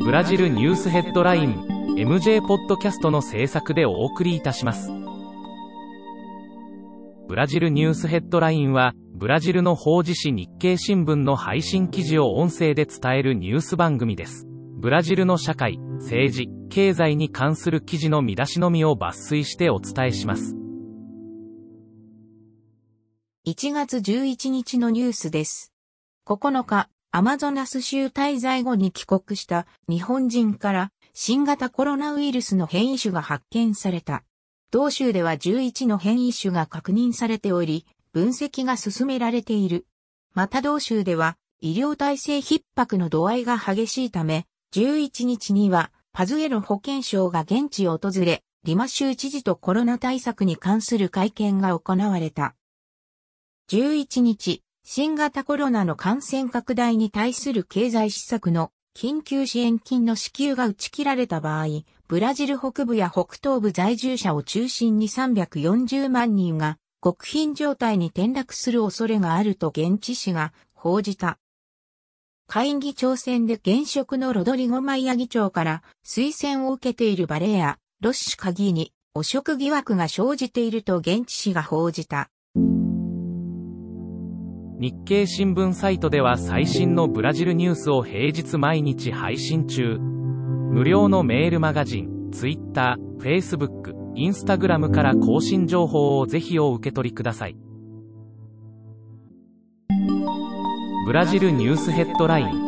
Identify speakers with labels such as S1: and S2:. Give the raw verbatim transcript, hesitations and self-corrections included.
S1: ブラジルニュースヘッドライン エムジェー ポッドキャストの制作でお送りいたします。ブラジルニュースヘッドラインは、ブラジルの法事紙日経新聞の配信記事を音声で伝えるニュース番組です。ブラジルの社会、政治、経済に関する記事の見出しのみを抜粋してお伝えします。
S2: いちがつじゅういちにちのニュースです。ここのか、アマゾナス州滞在後に帰国した日本人から新型コロナウイルスの変異種が発見された。同州ではじゅういちの変異種が確認されており、分析が進められている。また同州では医療体制逼迫の度合いが激しいため、じゅういちにちにはパズエロ保健相が現地を訪れ、リマ州知事とコロナ対策に関する会見が行われた。じゅういちにち、新型コロナの感染拡大に対する経済施策の緊急支援金の支給が打ち切られた場合、ブラジル北部や北東部在住者を中心にさんびゃくよんじゅうまんにんが極貧状態に転落する恐れがあると現地紙が報じた。下院議長選で現職のロドリゴ・マイア議長から推薦を受けているバレア・ロッシカ議員に汚職疑惑が生じていると現地紙が報じた。
S1: 日経新聞サイトでは最新のブラジルニュースを平日毎日配信中。無料のメールマガジン、Twitter、Facebook、Instagram から更新情報をぜひお受け取りください。ブラジルニュースヘッドライン